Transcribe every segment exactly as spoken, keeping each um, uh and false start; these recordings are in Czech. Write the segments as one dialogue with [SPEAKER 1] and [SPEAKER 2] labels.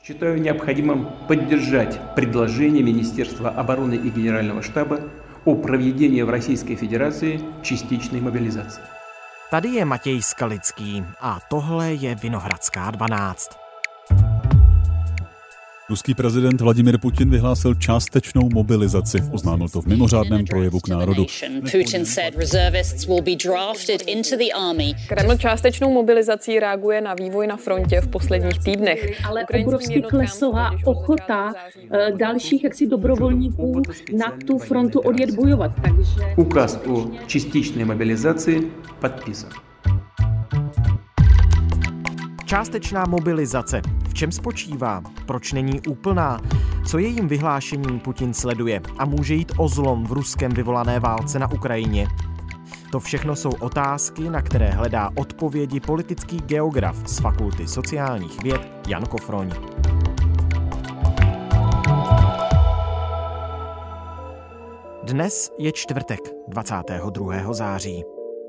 [SPEAKER 1] Считаю необходимым поддержать предложение Министерства обороны и Генерального штаба o provedení v Российской Федерации частичной мобилизации.
[SPEAKER 2] Tady je Matěj Skalický a tohle je Vinohradská dvanáct.
[SPEAKER 3] Ruský prezident Vladimir Putin vyhlásil částečnou mobilizaci. Oznámil to v mimořádném projevu k národu.
[SPEAKER 4] Kreml částečnou mobilizací reaguje na vývoj na frontě v posledních týdnech.
[SPEAKER 5] Ale obrovsky klesla ochota dalších jaksi dobrovolníků na tu frontu odjet bojovat. Takže...
[SPEAKER 1] Указ о частичной мобилизации подписан.
[SPEAKER 2] Částečná mobilizace. V čem spočívá? Proč není úplná? Co jejím vyhlášením Putin sleduje? A může jít o zlom v Ruskem vyvolané válce na Ukrajině? To všechno jsou otázky, na které hledá odpovědi politický geograf z Fakulty sociálních věd Jan Kofroň. Dnes je čtvrtek, dvacátého druhého září.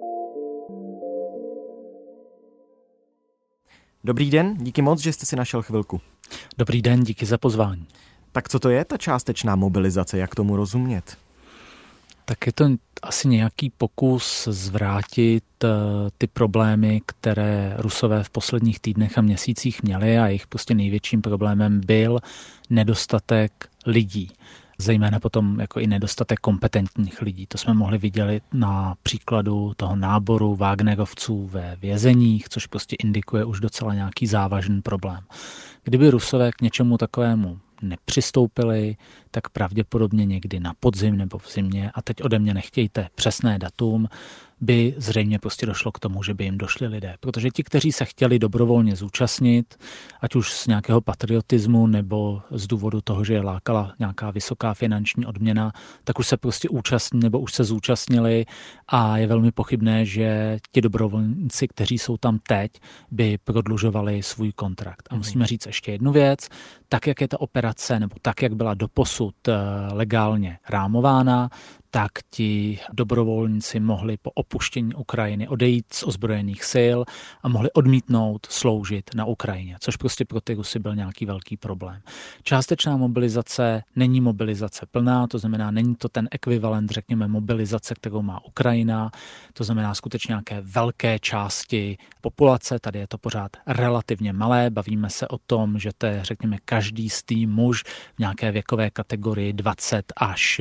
[SPEAKER 2] Dobrý den, díky moc, že jste si našel chvilku.
[SPEAKER 6] Dobrý den, díky za pozvání.
[SPEAKER 2] Tak co to je ta částečná mobilizace, jak tomu rozumět?
[SPEAKER 6] Tak je to asi nějaký pokus zvrátit ty problémy, které Rusové v posledních týdnech a měsících měli, a jejich prostě největším problémem byl nedostatek lidí. Zejména potom jako i nedostatek kompetentních lidí. To jsme mohli vidět na příkladu toho náboru Wagnerovců ve vězeních, což prostě indikuje už docela nějaký závažný problém. Kdyby Rusové k něčemu takovému nepřistoupili, tak pravděpodobně někdy na podzim nebo v zimě, a teď ode mě nechtějte přesné datum, by zřejmě prostě došlo k tomu, že by jim došli lidé. Protože ti, kteří se chtěli dobrovolně zúčastnit, ať už z nějakého patriotismu nebo z důvodu toho, že je lákala nějaká vysoká finanční odměna, tak už se prostě účastní nebo už se zúčastnili, a je velmi pochybné, že ti dobrovolníci, kteří jsou tam teď, by prodlužovali svůj kontrakt. A musíme říct ještě jednu věc, tak jak je ta operace nebo tak jak byla doposud legálně rámována, tak ti dobrovolníci mohli po opuštění Ukrajiny odejít z ozbrojených sil a mohli odmítnout sloužit na Ukrajině, což prostě pro ty Rusy byl nějaký velký problém. Částečná mobilizace není mobilizace plná, to znamená, není to ten ekvivalent, řekněme, mobilizace, kterou má Ukrajina, to znamená skutečně nějaké velké části populace, tady je to pořád relativně malé, bavíme se o tom, že to je, řekněme, každý stý muž v nějaké věkové kategorii dvacet až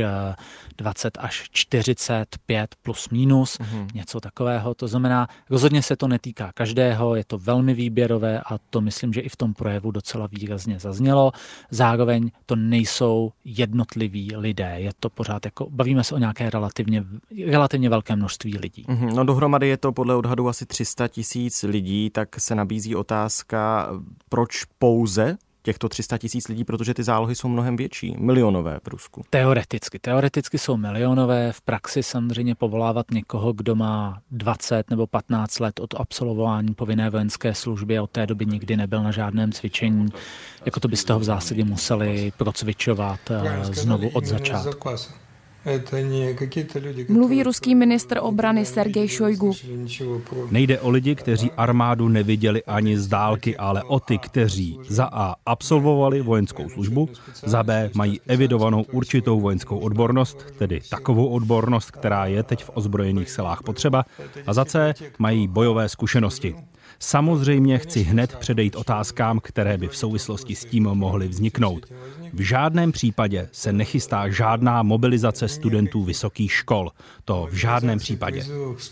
[SPEAKER 6] čtyřicet pět plus minus, mm-hmm. něco takového. To znamená, rozhodně se to netýká každého, je to velmi výběrové a to myslím, že i v tom projevu docela výrazně zaznělo. Zároveň to nejsou jednotliví lidé, je to pořád jako, bavíme se o nějaké relativně, relativně velké množství lidí.
[SPEAKER 2] Mm-hmm. No dohromady je to podle odhadu asi tři sta tisíc lidí, tak se nabízí otázka, proč pouze těchto tři sta tisíc lidí, protože ty zálohy jsou mnohem větší, milionové v Rusku.
[SPEAKER 6] Teoreticky. Teoreticky jsou milionové, v praxi samozřejmě povolávat někoho, kdo má dvacet nebo patnáct let od absolvování povinné vojenské služby a od té doby nikdy nebyl na žádném cvičení, jako to byste ho v zásadě museli procvičovat znovu od začátku.
[SPEAKER 7] Mluví ruský ministr obrany Sergej Šojgu.
[SPEAKER 8] Nejde o lidi, kteří armádu neviděli ani z dálky, ale o ty, kteří za A absolvovali vojenskou službu, za B mají evidovanou určitou vojenskou odbornost, tedy takovou odbornost, která je teď v ozbrojených silách potřeba, a za C mají bojové zkušenosti. Samozřejmě chci hned předejít otázkám, které by v souvislosti s tím mohly vzniknout. V žádném případě se nechystá žádná mobilizace studentů vysokých škol. To v žádném případě.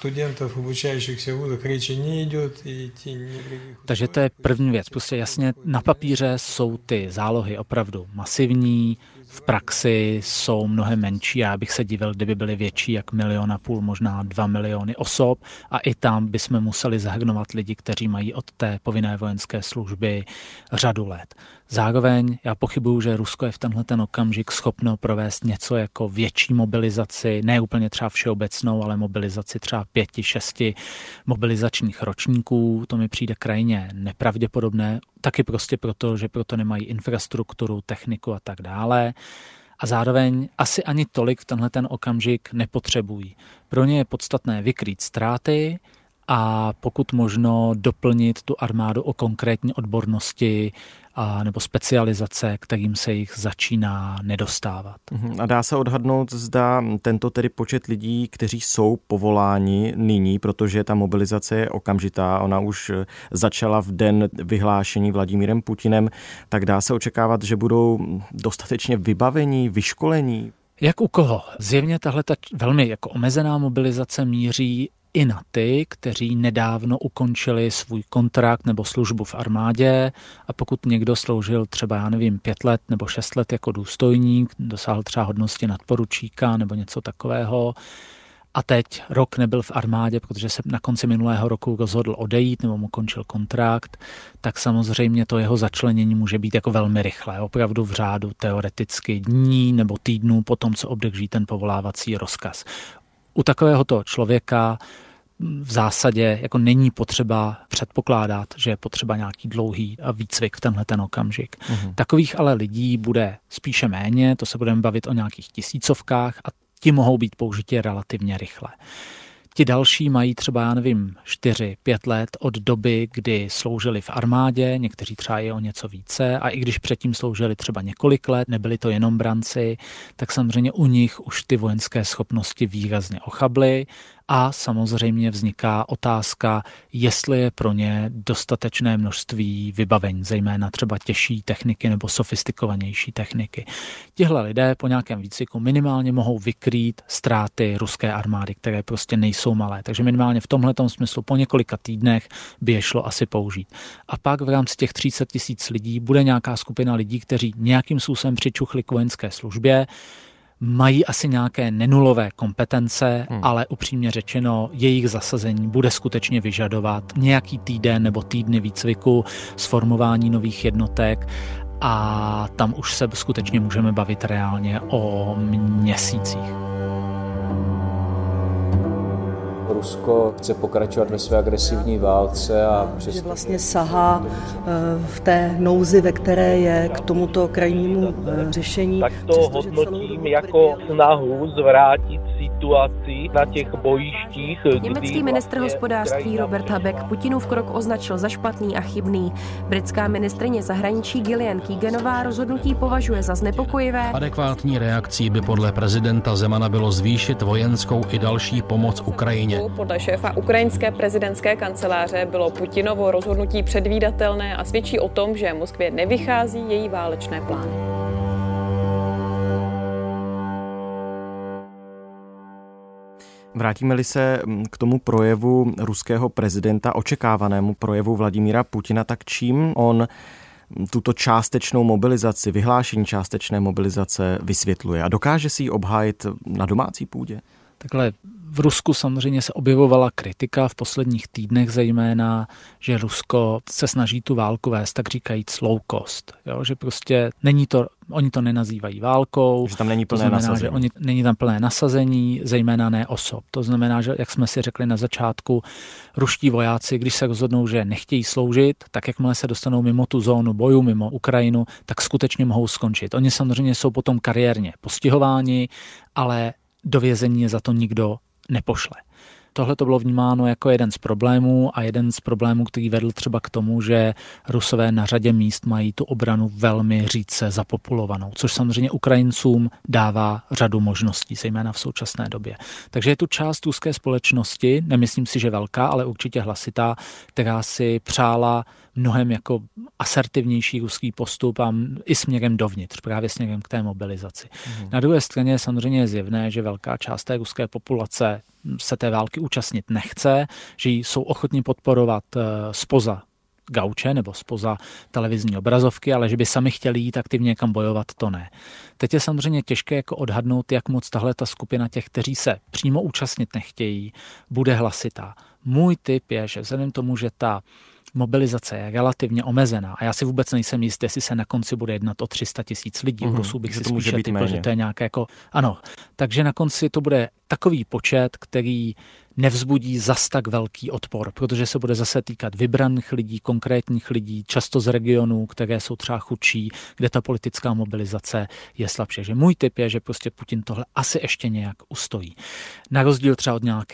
[SPEAKER 6] Takže to je první věc. Prostě jasně na papíře jsou ty zálohy opravdu masivní, v praxi jsou mnohem menší. Já bych se divil, kdyby byly větší jak milion a půl, možná dva miliony osob, a i tam bychom museli zahrnovat lidi, kteří mají od té povinné vojenské služby řadu let. Zároveň já pochybuju, že Rusko je v tenhle ten okamžik schopno provést něco jako větší mobilizaci, ne úplně třeba všeobecnou, ale mobilizaci třeba pěti, šesti mobilizačních ročníků. To mi přijde krajně nepravděpodobné, taky prostě proto, že proto nemají infrastrukturu, techniku a tak dále. A zároveň asi ani tolik v tenhle ten okamžik nepotřebují. Pro ně je podstatné vykrýt ztráty a pokud možno doplnit tu armádu o konkrétní odbornosti a nebo specializace, kterým se jich začíná nedostávat.
[SPEAKER 2] A dá se odhadnout, zda tento tedy počet lidí, kteří jsou povoláni nyní, protože ta mobilizace je okamžitá, ona už začala v den vyhlášení Vladimírem Putinem, tak dá se očekávat, že budou dostatečně vybavení, vyškolení?
[SPEAKER 6] Jak u koho? Zjevně tahle ta velmi jako omezená mobilizace míří i na ty, kteří nedávno ukončili svůj kontrakt nebo službu v armádě a pokud někdo sloužil třeba, já nevím, pět let nebo šest let jako důstojník, dosáhl třeba hodnosti nadporučíka nebo něco takového a teď rok nebyl v armádě, protože se na konci minulého roku rozhodl odejít nebo mu končil kontrakt, tak samozřejmě to jeho začlenění může být jako velmi rychlé, opravdu v řádu teoreticky dní nebo týdnů po tom, co obdrží ten povolávací rozkaz. U takovéhoto člověka v zásadě jako není potřeba předpokládat, že je potřeba nějaký dlouhý výcvik v tenhle ten okamžik. Uhum. Takových ale lidí bude spíše méně, to se budeme bavit o nějakých tisícovkách a ti mohou být použiti relativně rychle. Ti další mají třeba, já nevím, čtyři, pět let od doby, kdy sloužili v armádě, někteří třeba je o něco více a i když předtím sloužili třeba několik let, nebyli to jenom branci, tak samozřejmě u nich už ty vojenské schopnosti výrazně ochably a samozřejmě vzniká otázka, jestli je pro ně dostatečné množství vybavení, zejména třeba těžší techniky nebo sofistikovanější techniky. Tihle lidé po nějakém výcviku minimálně mohou vykrýt ztráty ruské armády, které prostě nejsou malé. Takže minimálně v tomhletom smyslu po několika týdnech by je šlo asi použít. A pak v rámci těch tři sta tisíc lidí bude nějaká skupina lidí, kteří nějakým způsobem přičuchli k vojenské službě, mají asi nějaké nenulové kompetence, hmm. ale upřímně řečeno, jejich zasazení bude skutečně vyžadovat nějaký týden nebo týdny výcviku, sformování nových jednotek a tam už se skutečně můžeme bavit reálně o měsících.
[SPEAKER 9] Rusko chce pokračovat ve své agresivní válce a přes...
[SPEAKER 10] že vlastně sahá v té nouzi, ve které je, k tomuto krajnímu řešení.
[SPEAKER 11] Tak to Přesto, hodnotím jako snahu zvrátit situaci na těch bojištích.
[SPEAKER 7] Německý ministr hospodářství Robert Habeck Putinův krok označil za špatný a chybný. Britská ministryně zahraničí Gillian Keeganová rozhodnutí považuje za znepokojivé.
[SPEAKER 12] Adekvátní reakcí by podle prezidenta Zemana bylo zvýšit vojenskou i další pomoc Ukrajině.
[SPEAKER 4] Podle šéfa ukrajinské prezidentské kanceláře bylo Putinovo rozhodnutí předvídatelné a svědčí o tom, že Moskvě nevychází její válečné plány.
[SPEAKER 2] Vrátíme-li se k tomu projevu ruského prezidenta, očekávanému projevu Vladimíra Putina, tak čím on tuto částečnou mobilizaci, vyhlášení částečné mobilizace vysvětluje a dokáže si ji obhájit na domácí půdě?
[SPEAKER 6] Takhle v Rusku samozřejmě se objevovala kritika v posledních týdnech zejména, že Rusko se snaží tu válku vést, tak říkajíc low cost. Jo? Že prostě není to, oni to nenazývají válkou.
[SPEAKER 2] Že tam není plné
[SPEAKER 6] to znamená,
[SPEAKER 2] nasazení.
[SPEAKER 6] Že oni, není tam plné nasazení, zejména ne osob. To znamená, že jak jsme si řekli na začátku, ruští vojáci, když se rozhodnou, že nechtějí sloužit, tak jakmile se dostanou mimo tu zónu boju, mimo Ukrajinu, tak skutečně mohou skončit. Oni samozřejmě jsou potom kariérně postihováni, ale do vězení je za to nikdo nepošle. Tohle to bylo vnímáno jako jeden z problémů a jeden z problémů, který vedl třeba k tomu, že Rusové na řadě míst mají tu obranu velmi řídce zapopulovanou, což samozřejmě Ukrajincům dává řadu možností, zejména v současné době. Takže je tu část ruské společnosti, nemyslím si, že velká, ale určitě hlasitá, která si přála mnohem jako asertivnější ruský postup a i směrem dovnitř, právě směrem k té mobilizaci. Mm. Na druhé straně samozřejmě je zjevné, že velká část té ruské populace se té války účastnit nechce, že ji jsou ochotni podporovat spoza gauče nebo spoza televizní obrazovky, ale že by sami chtěli jít aktivně někam bojovat, to ne. Teď je samozřejmě těžké jako odhadnout, jak moc tahle ta skupina těch, kteří se přímo účastnit nechtějí, bude hlasitá. Můj tip je, že vzhledem tomu, že ta mobilizace je relativně omezená a já si vůbec nejsem jist, jestli se na konci bude jednat o tři sta tisíc lidí. Mm, v Rusu bych si spíše typl, že to je nějaké jako... Ano, takže na konci to bude takový počet, který nevzbudí zas tak velký odpor, protože se bude zase týkat vybraných lidí, konkrétních lidí, často z regionů, které jsou třeba chudší, kde ta politická mobilizace je slabší. Že můj tip je, že prostě Putin tohle asi ještě nějak ustojí. Na rozdíl třeba od nějaké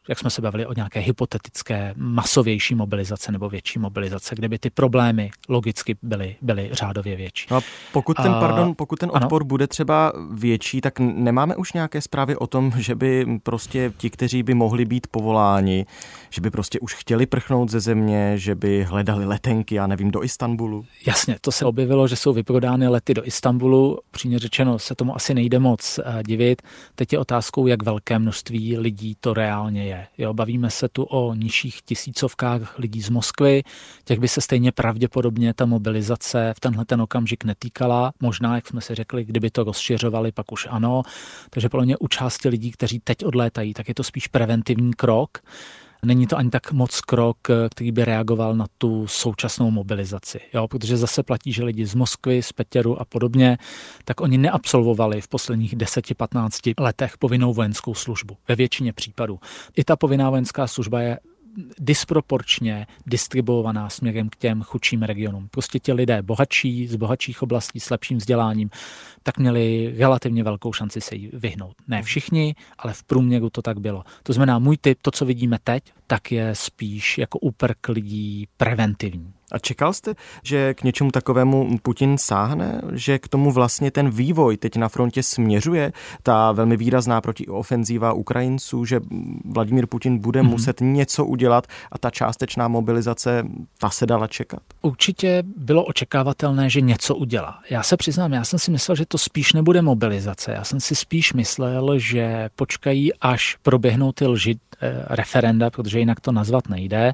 [SPEAKER 6] jak jsme se bavili o nějaké hypotetické masovější mobilizace nebo větší mobilizace, kde by ty problémy logicky byly, byly řádově větší.
[SPEAKER 2] No a pokud ten,
[SPEAKER 6] a,
[SPEAKER 2] pardon, pokud ten odpor
[SPEAKER 6] ano?
[SPEAKER 2] bude třeba větší, tak nemáme už nějaké zprávy o tom, že by prostě ti, kteří by mohli být povoláni, že by prostě už chtěli prchnout ze země, že by hledali letenky, já nevím, do Istanbulu?
[SPEAKER 6] Jasně, to se objevilo, že jsou vyprodány lety do Istanbulu. Přímě řečeno se tomu asi nejde moc divit. Teď je otázkou, jak velké množství lidí to reálně je. Jo, bavíme se tu o nižších tisícovkách lidí z Moskvy, těch by se stejně pravděpodobně ta mobilizace v tenhle ten okamžik netýkala. Možná, jak jsme si řekli, kdyby to rozšiřovali, pak už ano. Takže podle mě u části lidí, kteří teď odlétají, tak je to spíš preventivní krok. Není to ani tak moc krok, který by reagoval na tu současnou mobilizaci. Jo? Protože zase platí, že lidi z Moskvy, z Petěru a podobně, tak oni neabsolvovali v posledních deseti patnácti letech povinnou vojenskou službu. Ve většině případů. I ta povinná vojenská služba je disproporčně distribuovaná směrem k těm chudším regionům. Prostě ti lidé bohatší, z bohatších oblastí, s lepším vzděláním, tak měli relativně velkou šanci se jí vyhnout. Ne všichni, ale v průměru to tak bylo. To znamená, můj tip, to, co vidíme teď, tak je spíš jako úprk lidí preventivní.
[SPEAKER 2] A čekal jste, že k něčemu takovému Putin sáhne? Že k tomu vlastně ten vývoj teď na frontě směřuje? Ta velmi výrazná protiofenzíva Ukrajinců, že Vladimír Putin bude mm-hmm. muset něco udělat a ta částečná mobilizace, ta se dala čekat?
[SPEAKER 6] Určitě bylo očekávatelné, že něco udělá. Já se přiznám, já jsem si myslel, že to spíš nebude mobilizace. Já jsem si spíš myslel, že počkají, až proběhnou ty lži eh, referenda, protože jinak to nazvat nejde,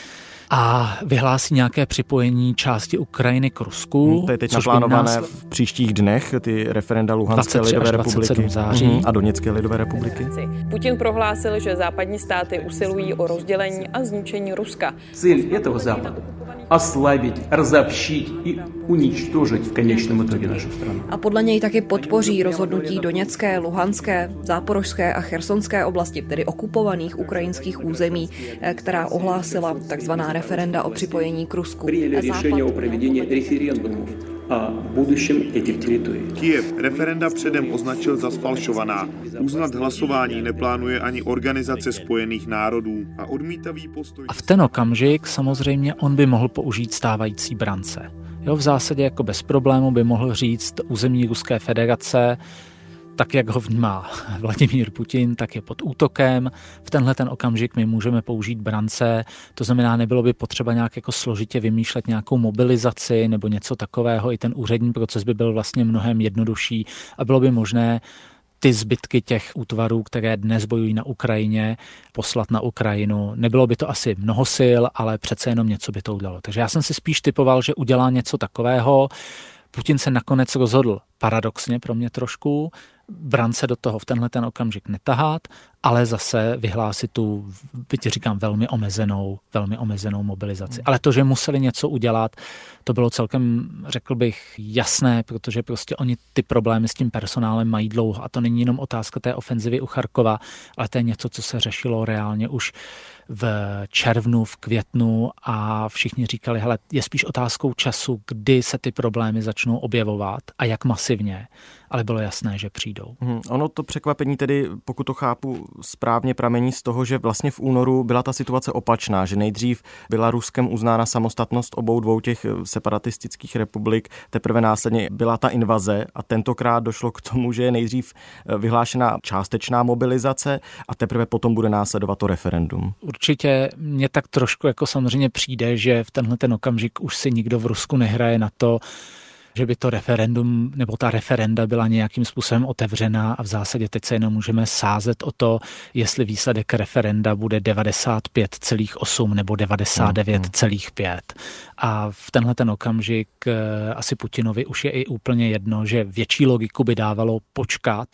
[SPEAKER 6] a vyhlásí nějaké připojení části Ukrajiny k Rusku.
[SPEAKER 2] Hmm, to je teď naplánované nás v příštích dnech, ty referenda Luhanské lidové republiky
[SPEAKER 6] září.
[SPEAKER 2] a Doněcké lidové republiky.
[SPEAKER 4] Putin prohlásil, že západní státy usilují o rozdělení a zničení Ruska.
[SPEAKER 1] Cíl toho západu oslabit, rozobšit i uničtožit v konečném итоге naši stranu.
[SPEAKER 13] A podle něj taky podpoří rozhodnutí Doněcké, Luhanské, Záporožské a Chersonské oblasti, tedy okupovaných ukrajinských území, která ohlásila takzvaná referenda o připojení k Rusku.
[SPEAKER 1] Přijali řešení o provedení referendumů a budoucím těch teritorií.
[SPEAKER 14] Kyjev referenda předem označil za sfalšovaná. Uznat hlasování neplánuje ani Organizace spojených národů a odmítavý postoj.
[SPEAKER 6] A v ten okamžik samozřejmě on by mohl použít stávající brance. Jo, v zásadě jako bez problému by mohl říct území Ruské federace, tak jak ho vnímá Vladimír Putin, tak je pod útokem. V tenhle ten okamžik my můžeme použít brance, to znamená, nebylo by potřeba nějak jako složitě vymýšlet nějakou mobilizaci nebo něco takového. I ten úřední proces by byl vlastně mnohem jednodušší a bylo by možné ty zbytky těch útvarů, které dnes bojují na Ukrajině, poslat na Ukrajinu. Nebylo by to asi mnoho sil, ale přece jenom něco by to udělalo. Takže já jsem si spíš typoval, že udělá něco takového. Putin se nakonec rozhodl paradoxně pro mě trošku, brance do toho v tenhle ten okamžik netahat, ale zase vyhlásit tu, byť říkám, velmi omezenou, velmi omezenou mobilizaci. Ale to, že museli něco udělat, to bylo celkem, řekl bych, jasné, protože prostě oni ty problémy s tím personálem mají dlouho a to není jenom otázka té ofenzivy u Charkova, ale to je něco, co se řešilo reálně už v červnu, v květnu a všichni říkali, hele, je spíš otázkou času, kdy se ty problémy začnou objevovat a jak masivně, ale bylo jasné, že přijdou.
[SPEAKER 2] Hmm, ono to překvapení tedy, pokud to chápu správně, pramení z toho, že vlastně v únoru byla ta situace opačná, že nejdřív byla Ruskem uznána samostatnost obou dvou těch separatistických republik, teprve následně byla ta invaze a tentokrát došlo k tomu, že je nejdřív vyhlášena částečná mobilizace a teprve potom bude následovat to referendum.
[SPEAKER 6] Určitě mně tak trošku jako samozřejmě přijde, že v tenhle ten okamžik už si nikdo v Rusku nehraje na to, že by to referendum nebo ta referenda byla nějakým způsobem otevřená a v zásadě teď se jenom můžeme sázet o to, jestli výsledek referenda bude devadesát pět celá osm nebo devadesát devět celá pět. A v tenhle ten okamžik asi Putinovi už je i úplně jedno, že větší logiku by dávalo počkat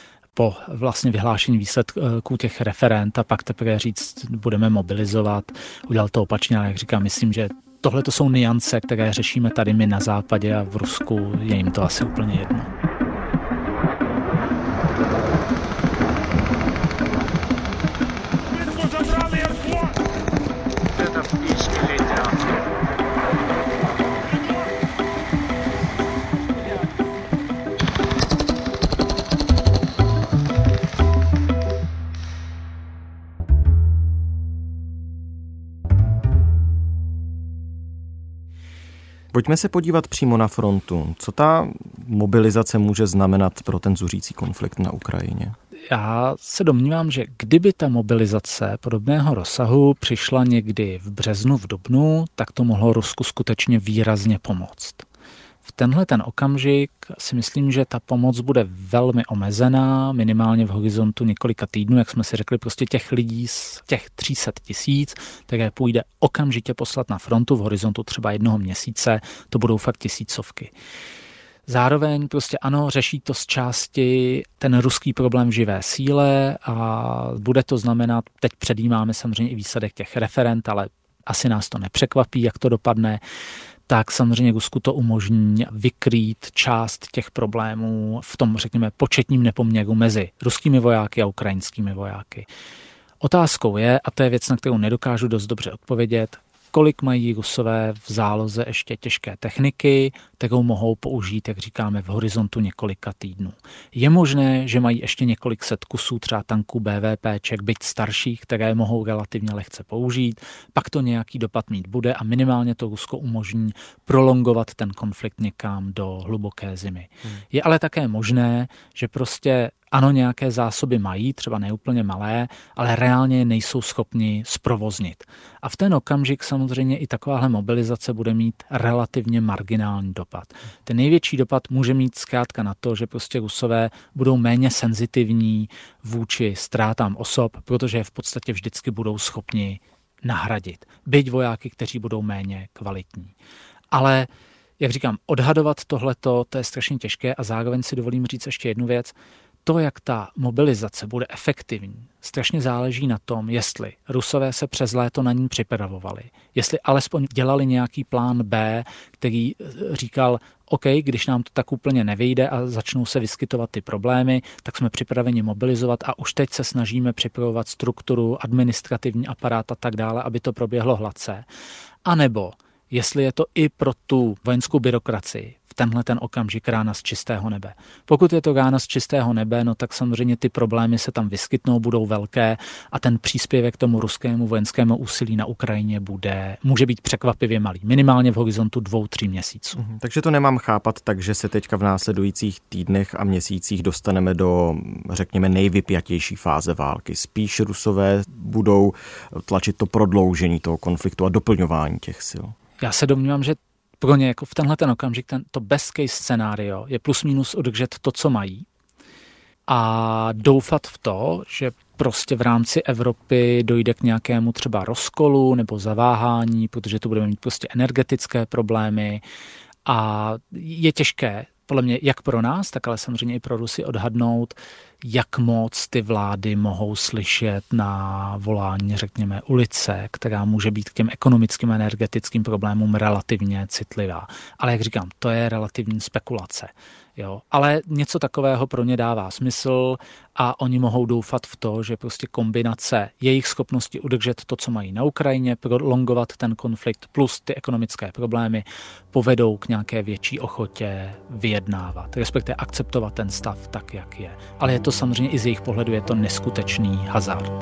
[SPEAKER 6] po vlastně vyhlášení výsledků těch referend a pak teprve říct, budeme mobilizovat. Udělal to opačně, ale jak říkám, myslím, že tohle to jsou nuance, které řešíme tady my na západě a v Rusku je jim to asi úplně jedno.
[SPEAKER 2] Pojďme se podívat přímo na frontu. Co ta mobilizace může znamenat pro ten zuřící konflikt na Ukrajině?
[SPEAKER 6] Já se domnívám, že kdyby ta mobilizace podobného rozsahu přišla někdy v březnu, v dubnu, tak to mohlo Rusku skutečně výrazně pomoct. V tenhle ten okamžik si myslím, že ta pomoc bude velmi omezená, minimálně v horizontu několika týdnů, jak jsme si řekli, prostě těch lidí z těch tři sta tisíc, které půjde okamžitě poslat na frontu v horizontu třeba jednoho měsíce, to budou fakt tisícovky. Zároveň prostě ano, řeší to z části ten ruský problém v živé síle a bude to znamenat, teď předjímáme samozřejmě i výsledek těch referend, ale asi nás to nepřekvapí, jak to dopadne, tak samozřejmě Rusku to umožní vykrýt část těch problémů v tom, řekněme, početním nepoměru mezi ruskými vojáky a ukrajinskými vojáky. Otázkou je, a to je věc, na kterou nedokážu dost dobře odpovědět, kolik mají Rusové v záloze ještě těžké techniky, kterou mohou použít, jak říkáme, v horizontu několika týdnů. Je možné, že mají ještě několik set kusů třeba tanků BVPček, byť starších, které mohou relativně lehce použít, pak to nějaký dopad mít bude a minimálně to Rusko umožní prolongovat ten konflikt někam do hluboké zimy. Hmm. Je ale také možné, že prostě ano, nějaké zásoby mají, třeba neúplně malé, ale reálně nejsou schopni zprovoznit. A v ten okamžik samozřejmě i takováhle mobilizace bude mít relativně marginální dopad. Ten největší dopad může mít zkrátka na to, že prostě Rusové budou méně senzitivní vůči ztrátám osob, protože je v podstatě vždycky budou schopni nahradit. Byť vojáky, kteří budou méně kvalitní. Ale jak říkám, odhadovat tohleto, to je strašně těžké a zároveň si dovolím říct ještě jednu věc. To, jak ta mobilizace bude efektivní, strašně záleží na tom, jestli Rusové se přes léto na ní připravovali, jestli alespoň dělali nějaký plán B, který říkal, OK, když nám to tak úplně nevyjde a začnou se vyskytovat ty problémy, tak jsme připraveni mobilizovat a už teď se snažíme připravovat strukturu, administrativní aparát a tak dále, aby to proběhlo hladce. A nebo jestli je to i pro tu vojenskou byrokracii v tenhle ten okamžik rána z čistého nebe. Pokud je to rána z čistého nebe, no tak samozřejmě ty problémy se tam vyskytnou, budou velké a ten příspěvek tomu ruskému vojenskému úsilí na Ukrajině bude, může být překvapivě malý, minimálně v horizontu dvou, tří měsíců.
[SPEAKER 2] Mhm, takže to nemám chápat tak, že se teďka v následujících týdnech a měsících dostaneme do, řekněme, nejvypjatější fáze války. Spíš Rusové budou tlačit to prodloužení toho konfliktu a doplňování těch sil.
[SPEAKER 6] Já se domnívám, že pro ně jako v tenhle ten okamžik ten, to best case scénario je plus minus udržet to, co mají a doufat v to, že prostě v rámci Evropy dojde k nějakému třeba rozkolu nebo zaváhání, protože to budeme mít prostě energetické problémy a je těžké podle mě jak pro nás, tak ale samozřejmě i pro Rusy odhadnout, jak moc ty vlády mohou slyšet na volání, řekněme, ulice, která může být k těm ekonomickým a energetickým problémům relativně citlivá. Ale jak říkám, to je relativní spekulace. Jo? Ale něco takového pro ně dává smysl a oni mohou doufat v to, že prostě kombinace jejich schopnosti udržet to, co mají na Ukrajině, prolongovat ten konflikt plus ty ekonomické problémy povedou k nějaké větší ochotě vyjednávat, respektive akceptovat ten stav tak, jak je. Ale je to samozřejmě i z jejich pohledu je to neskutečný hazard.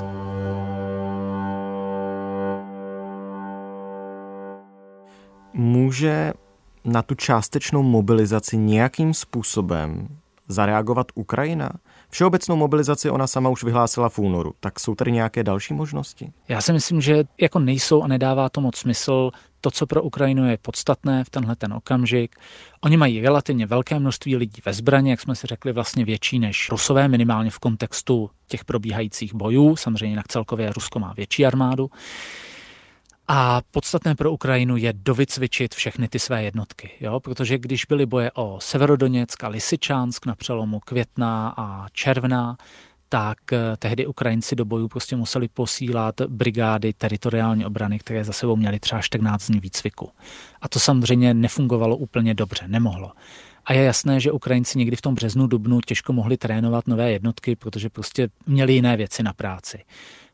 [SPEAKER 2] Může na tu částečnou mobilizaci nějakým způsobem zareagovat Ukrajina? Všeobecnou mobilizaci ona sama už vyhlásila v únoru. Tak jsou tady nějaké další možnosti?
[SPEAKER 6] Já si myslím, že jako nejsou a nedává to moc smysl. To, co pro Ukrajinu je podstatné v tenhle ten okamžik. Oni mají relativně velké množství lidí ve zbraně, jak jsme si řekli, vlastně větší než Rusové, minimálně v kontextu těch probíhajících bojů. Samozřejmě jinak celkově Rusko má větší armádu. A podstatné pro Ukrajinu je dovycvičit všechny ty své jednotky, jo? Protože když byly boje o Severodoněck a Lysyčansk na přelomu května a června, tak tehdy Ukrajinci do bojů prostě museli posílat brigády teritoriální obrany, které za sebou měly třeba čtrnáct dní výcviku. A to samozřejmě nefungovalo úplně dobře, nemohlo. A je jasné, že Ukrajinci někdy v tom březnu, dubnu těžko mohli trénovat nové jednotky, protože prostě měli jiné věci na práci.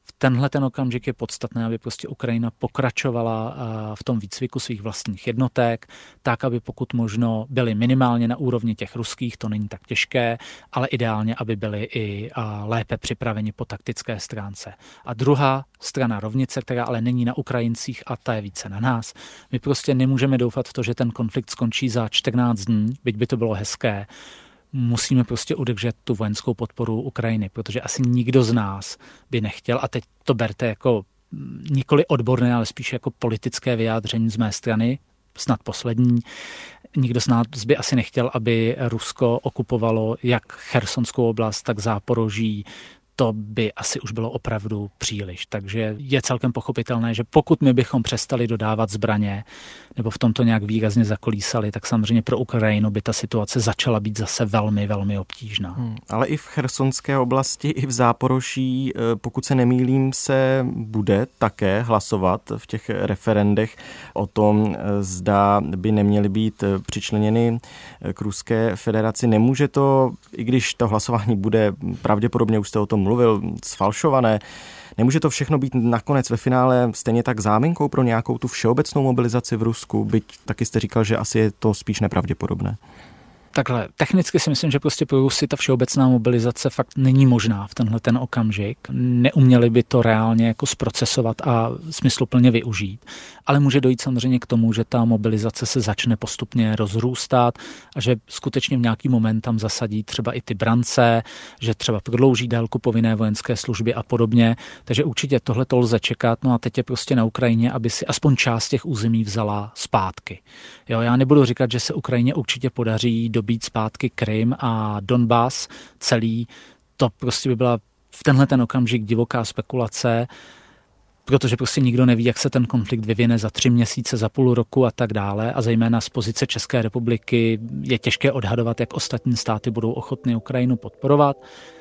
[SPEAKER 6] V tenhle ten okamžik je podstatné, aby prostě Ukrajina pokračovala v tom výcviku svých vlastních jednotek, tak, aby pokud možno byly minimálně na úrovni těch ruských, to není tak těžké, ale ideálně, aby byly i lépe připraveni po taktické stránce. A druhá strana rovnice, která ale není na Ukrajincích a ta je více na nás. My prostě nemůžeme doufat v to, že ten konflikt skončí za čtrnáct dní, byť by to bylo hezké. Musíme prostě udržet tu vojenskou podporu Ukrajiny, protože asi nikdo z nás by nechtěl, a teď to berte jako nikoli odborné, ale spíš jako politické vyjádření z mé strany, snad poslední. Nikdo z nás by asi nechtěl, aby Rusko okupovalo jak Chersonskou oblast, tak Záporoží. To by asi už bylo opravdu příliš. Takže je celkem pochopitelné, že pokud my bychom přestali dodávat zbraně nebo v tomto nějak výrazně zakolísali, tak samozřejmě pro Ukrajinu by ta situace začala být zase velmi, velmi obtížná.
[SPEAKER 2] Hmm, ale i v Chersonské oblasti, i v Záporoží, pokud se nemýlím, se bude také hlasovat v těch referendech o tom, zda by neměly být přičleněny k Ruské federaci. Nemůže to, i když to hlasování bude pravděpodobně, už jste o tom mluvil, sfalšované, nemůže to všechno být nakonec ve finále stejně tak záminkou pro nějakou tu všeobecnou mobilizaci v Rusku, byť taky jste říkal, že asi je to spíš nepravděpodobné.
[SPEAKER 6] Takhle, technicky si myslím, že prostě pro Rusy ta všeobecná mobilizace fakt není možná v tenhle ten okamžik. Neuměli by to reálně jako zprocesovat a smysluplně využít. Ale může dojít samozřejmě k tomu, že ta mobilizace se začne postupně rozrůstat a že skutečně v nějaký moment tam zasadí třeba i ty brance, že třeba prodlouží délku povinné vojenské služby a podobně. Takže určitě tohle to lze čekat. No a teď je prostě na Ukrajině, aby si aspoň část těch území vzala zpátky. Jo, já nebudu říkat, že se Ukrajině určitě podaří dobít zpátky Krym a Donbas celý. To prostě by byla v tenhle ten okamžik divoká spekulace, protože prostě nikdo neví, jak se ten konflikt vyvine za tři měsíce, za půl roku a tak dále. A zejména z pozice České republiky je těžké odhadovat, jak ostatní státy budou ochotny Ukrajinu podporovat,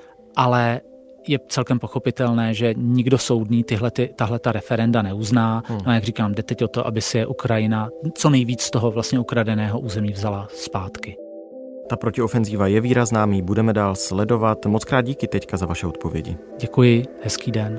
[SPEAKER 6] ale je celkem pochopitelné, že nikdo soudný tyhle, ty, tahle ta referenda neuzná. Hmm. No jak říkám, jde teď o to, aby si je Ukrajina co nejvíc z toho vlastně ukradeného území vzala zpátky.
[SPEAKER 2] Ta protiofenzíva je výrazná, my budeme dál sledovat. Moc krát díky teďka za vaše odpovědi.
[SPEAKER 6] Děkuji, hezký den.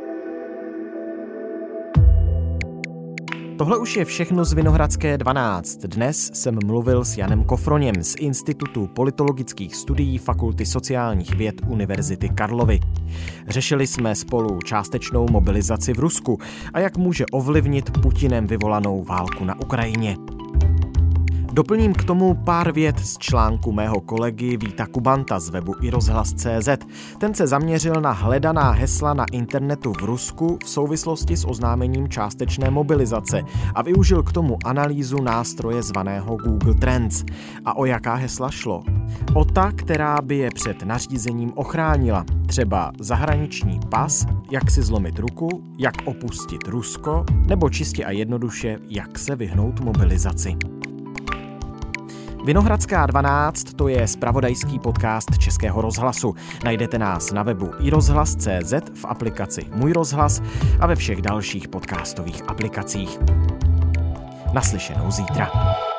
[SPEAKER 2] Tohle už je všechno z Vinohradské dvanáct. Dnes jsem mluvil s Janem Kofroněm z Institutu politologických studií Fakulty sociálních věd Univerzity Karlovy. Řešili jsme spolu částečnou mobilizaci v Rusku a jak může ovlivnit Putinem vyvolanou válku na Ukrajině. Doplním k tomu pár vět z článku mého kolegy Víta Kubanta z webu i rozhlas tečka cé zet. Ten se zaměřil na hledaná hesla na internetu v Rusku v souvislosti s oznámením částečné mobilizace a využil k tomu analýzu nástroje zvaného Google Trends. A o jaká hesla šlo? O ta, která by je před nařízením ochránila. Třeba zahraniční pas, jak si zlomit ruku, jak opustit Rusko, nebo čistě a jednoduše, jak se vyhnout mobilizaci. Vinohradská dvanáct, to je zpravodajský podcast Českého rozhlasu. Najdete nás na webu i rozhlas tečka cé zet, v aplikaci Můj rozhlas a ve všech dalších podcastových aplikacích. Naslyšenou zítra.